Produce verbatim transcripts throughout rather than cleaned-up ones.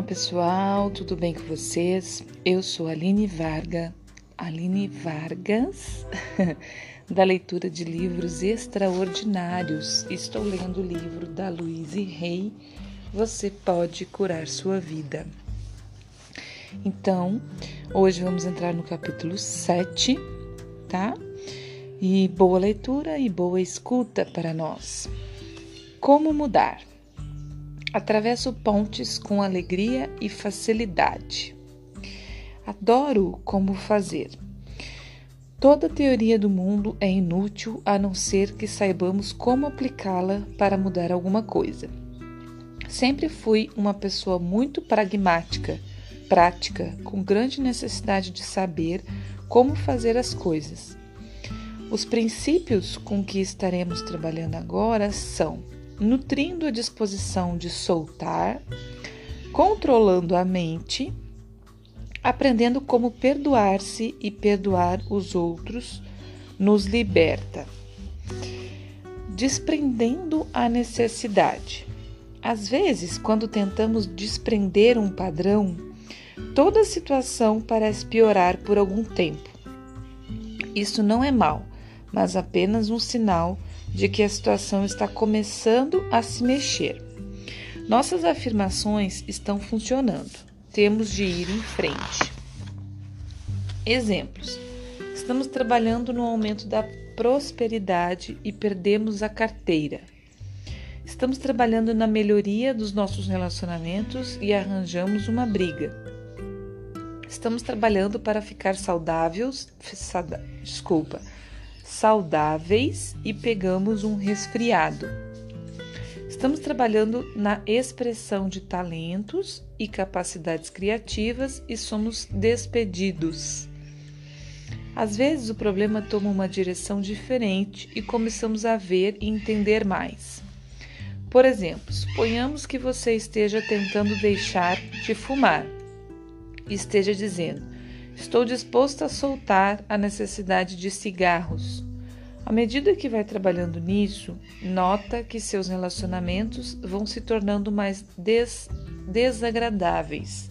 pessoal, tudo bem com vocês? Eu sou Aline Varga, Aline Vargas, da leitura de livros extraordinários. Estou lendo o livro da Louise Hay, Você Pode Curar Sua Vida. Então, hoje vamos entrar no capítulo sete, tá? E boa leitura e boa escuta para nós. Como mudar? Atravesso pontes com alegria e facilidade. Adoro como fazer. Toda teoria do mundo é inútil a não ser que saibamos como aplicá-la para mudar alguma coisa. Sempre fui uma pessoa muito pragmática, prática, com grande necessidade de saber como fazer as coisas. Os princípios com que estaremos trabalhando agora são: nutrindo a disposição de soltar, controlando a mente, aprendendo como perdoar-se e perdoar os outros, nos liberta. Desprendendo a necessidade. Às vezes, quando tentamos desprender um padrão, toda a situação parece piorar por algum tempo. Isso não é mal, mas apenas um sinal de que a situação está começando a se mexer. Nossas afirmações estão funcionando. Temos de ir em frente. Exemplos. Estamos trabalhando no aumento da prosperidade e perdemos a carteira. Estamos trabalhando na melhoria dos nossos relacionamentos e arranjamos uma briga. Estamos trabalhando para ficar saudáveis, sada, desculpa, saudáveis e pegamos um resfriado. Estamos trabalhando na expressão de talentos e capacidades criativas e somos despedidos. Às vezes o problema toma uma direção diferente e começamos a ver e entender mais. Por exemplo, suponhamos que você esteja tentando deixar de fumar e esteja dizendo: estou disposto a soltar a necessidade de cigarros. À medida que vai trabalhando nisso, nota que seus relacionamentos vão se tornando mais des- desagradáveis.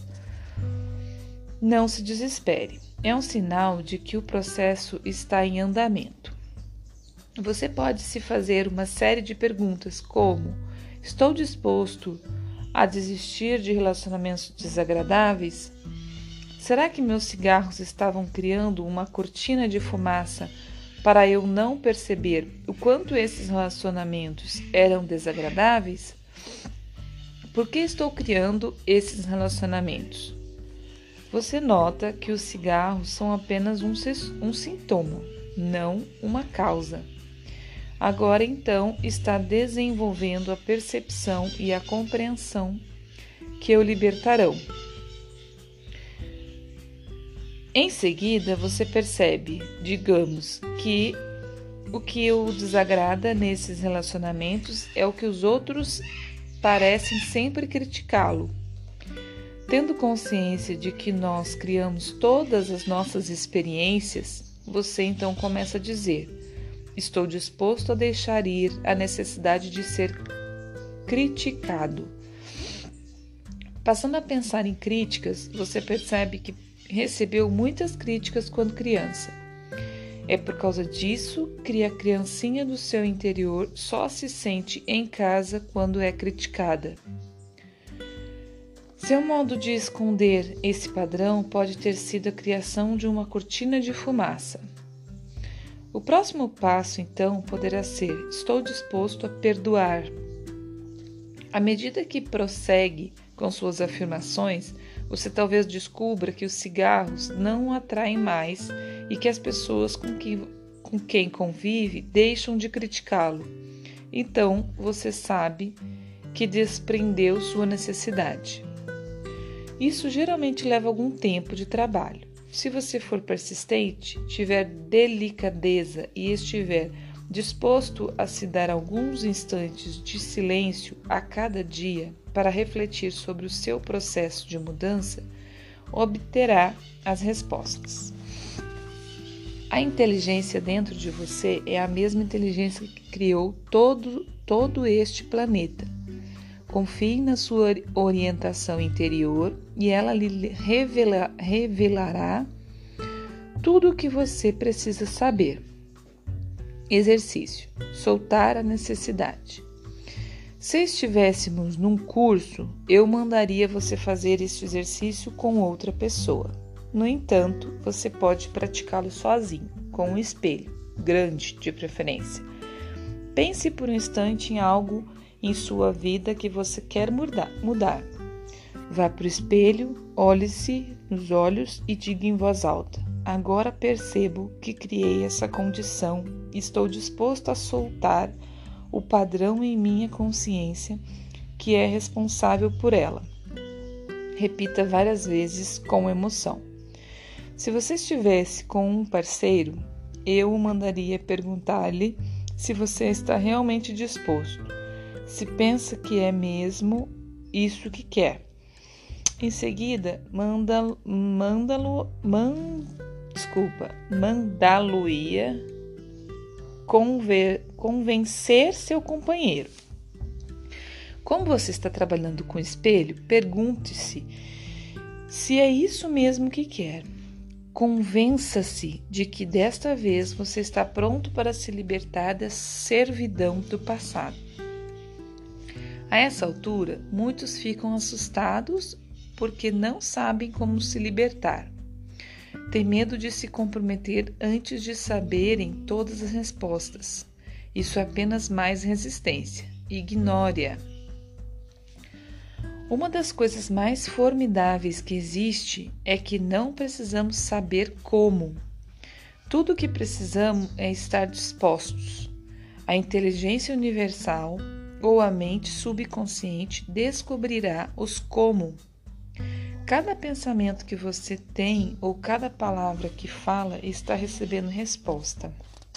Não se desespere. É um sinal de que o processo está em andamento. Você pode se fazer uma série de perguntas como: estou disposto a desistir de relacionamentos desagradáveis? Será que meus cigarros estavam criando uma cortina de fumaça para eu não perceber o quanto esses relacionamentos eram desagradáveis? Por que estou criando esses relacionamentos? Você nota que os cigarros são apenas um, um sintoma, não uma causa. Agora, então, está desenvolvendo a percepção e a compreensão que o libertarão. Em seguida, você percebe, digamos, que o que o desagrada nesses relacionamentos é o que os outros parecem sempre criticá-lo. Tendo consciência de que nós criamos todas as nossas experiências, você então começa a dizer: estou disposto a deixar ir a necessidade de ser criticado. Passando a pensar em críticas, você percebe que recebeu muitas críticas quando criança. É por causa disso que a criancinha do seu interior só se sente em casa quando é criticada. Seu modo de esconder esse padrão pode ter sido a criação de uma cortina de fumaça. O próximo passo, então, poderá ser: estou disposto a perdoar. À medida que prossegue com suas afirmações, você talvez descubra que os cigarros não o atraem mais e que as pessoas com, que, com quem convive deixam de criticá-lo. Então, você sabe que desprendeu sua necessidade. Isso geralmente leva algum tempo de trabalho. Se você for persistente, tiver delicadeza e estiver disposto a se dar alguns instantes de silêncio a cada dia para refletir sobre o seu processo de mudança, obterá as respostas. A inteligência dentro de você é a mesma inteligência que criou todo, todo este planeta. Confie na sua orientação interior e ela lhe revela, revelará tudo o que você precisa saber. Exercício: soltar a necessidade. Se estivéssemos num curso, eu mandaria você fazer este exercício com outra pessoa. No entanto, você pode praticá-lo sozinho, com um espelho, grande de preferência. Pense por um instante em algo em sua vida que você quer mudar. Vá para o espelho, olhe-se nos olhos e diga em voz alta: agora percebo que criei essa condição e estou disposto a soltar o padrão em minha consciência que é responsável por ela. Repita várias vezes com emoção. Se você estivesse com um parceiro, eu o mandaria perguntar-lhe se você está realmente disposto, se pensa que é mesmo isso que quer. Em seguida, manda, mandá-lo, man, desculpa, mandá-lo-ia conver, convencer seu companheiro. Como você está trabalhando com o espelho, pergunte-se se é isso mesmo que quer. Convença-se de que desta vez você está pronto para se libertar da servidão do passado. A essa altura, muitos ficam assustados porque não sabem como se libertar. Tem medo de se comprometer antes de saberem todas as respostas. Isso é apenas mais resistência. Ignore-a. Uma das coisas mais formidáveis que existe é que não precisamos saber como. Tudo o que precisamos é estar dispostos. A inteligência universal ou a mente subconsciente descobrirá os como. Cada pensamento que você tem ou cada palavra que fala está recebendo resposta.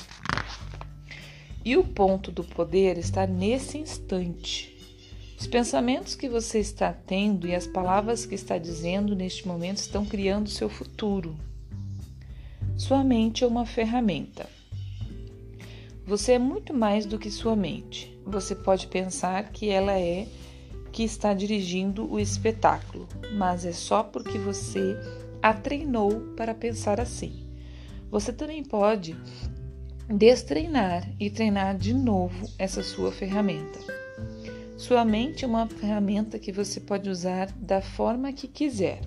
E o ponto do poder está nesse instante. Os pensamentos que você está tendo e as palavras que está dizendo neste momento estão criando seu futuro. Sua mente é uma ferramenta. Você é muito mais do que sua mente. Você pode pensar que ela é que está dirigindo o espetáculo, mas é só porque você a treinou para pensar assim. Você também pode destreinar e treinar de novo essa sua ferramenta. Sua mente é uma ferramenta que você pode usar da forma que quiser.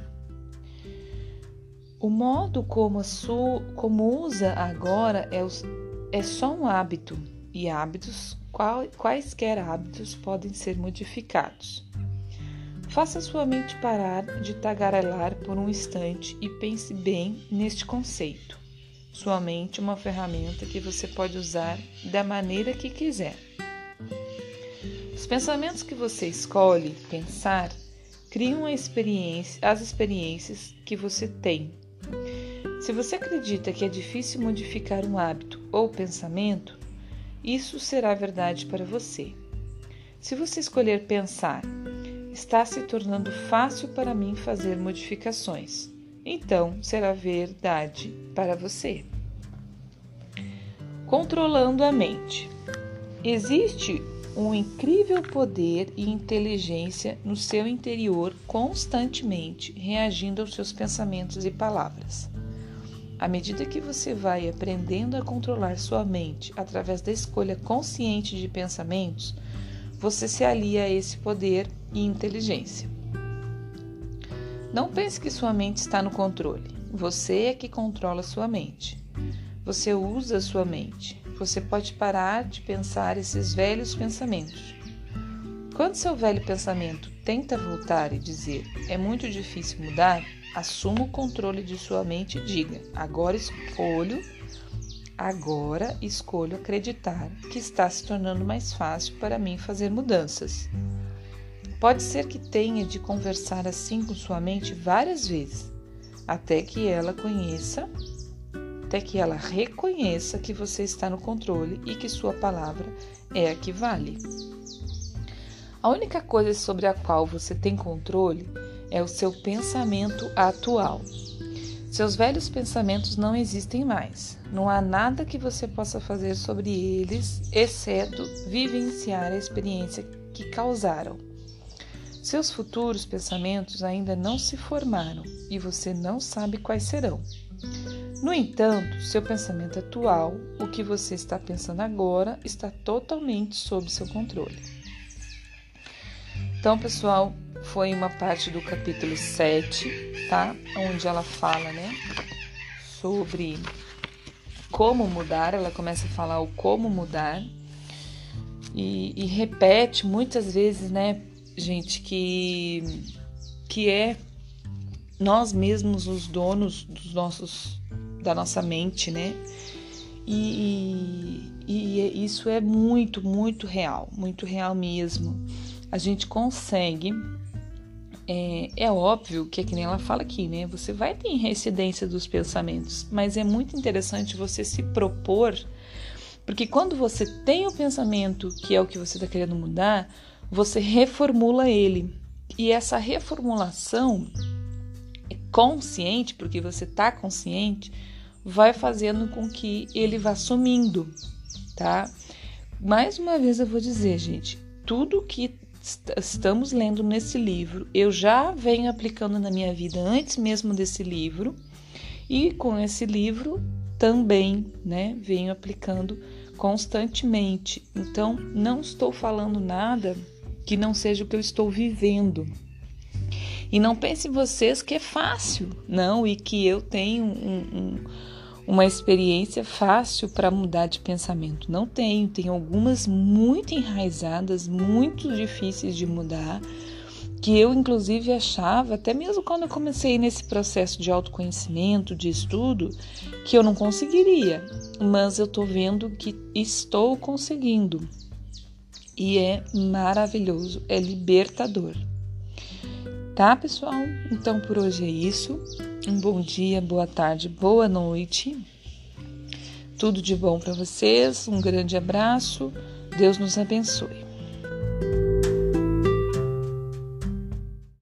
O modo como, a sua, como usa agora é, os, é só um hábito, e hábitos, qual, quaisquer hábitos, podem ser modificados. Faça sua mente parar de tagarelar por um instante e pense bem neste conceito. Sua mente é uma ferramenta que você pode usar da maneira que quiser. Os pensamentos que você escolhe pensar criam a experiência, as experiências que você tem. Se você acredita que é difícil modificar um hábito ou pensamento, isso será verdade para você. Se você escolher pensar, está se tornando fácil para mim fazer modificações, então será verdade para você. Controlando a mente. Existe um incrível poder e inteligência no seu interior constantemente reagindo aos seus pensamentos e palavras. À medida que você vai aprendendo a controlar sua mente através da escolha consciente de pensamentos, você se alia a esse poder e inteligência. Não pense que sua mente está no controle. Você é que controla sua mente. Você usa sua mente. Você pode parar de pensar esses velhos pensamentos. Quando seu velho pensamento tenta voltar e dizer é muito difícil mudar, assuma o controle de sua mente e diga: agora escolho, agora escolho acreditar que está se tornando mais fácil para mim fazer mudanças. Pode ser que tenha de conversar assim com sua mente várias vezes, até que ela conheça até que ela reconheça que você está no controle e que sua palavra é a que vale. A única coisa sobre a qual você tem controle é o seu pensamento atual. Seus velhos pensamentos não existem mais. Não há nada que você possa fazer sobre eles, exceto vivenciar a experiência que causaram. Seus futuros pensamentos ainda não se formaram e você não sabe quais serão. No entanto, seu pensamento atual, o que você está pensando agora, está totalmente sob seu controle. Então, pessoal, foi uma parte do capítulo sete, tá? Onde ela fala, né, sobre como mudar. Ela começa a falar o como mudar e, e repete muitas vezes, né, gente, que, que é nós mesmos os donos dos nossos, da nossa mente, né? E, e, e isso é muito, muito real, muito real mesmo. A gente consegue, é, é óbvio que é que nem ela fala aqui, né? Você vai ter reincidência dos pensamentos, mas é muito interessante você se propor, porque quando você tem o pensamento que é o que você está querendo mudar, você reformula ele. E essa reformulação consciente, porque você está consciente, vai fazendo com que ele vá sumindo, tá? Mais uma vez eu vou dizer, gente, tudo que estamos lendo nesse livro, eu já venho aplicando na minha vida antes mesmo desse livro, e com esse livro também, né, venho aplicando constantemente. Então, não estou falando nada que não seja o que eu estou vivendo. E não pensem vocês que é fácil, não, e que eu tenho um, um, uma experiência fácil para mudar de pensamento. Não tenho, tem algumas muito enraizadas, muito difíceis de mudar, que eu inclusive achava, até mesmo quando eu comecei nesse processo de autoconhecimento, de estudo, que eu não conseguiria, mas eu estou vendo que estou conseguindo. E é maravilhoso, é libertador. Tá, pessoal? Então, por hoje é isso. Um bom dia, boa tarde, boa noite. Tudo de bom para vocês. Um grande abraço. Deus nos abençoe.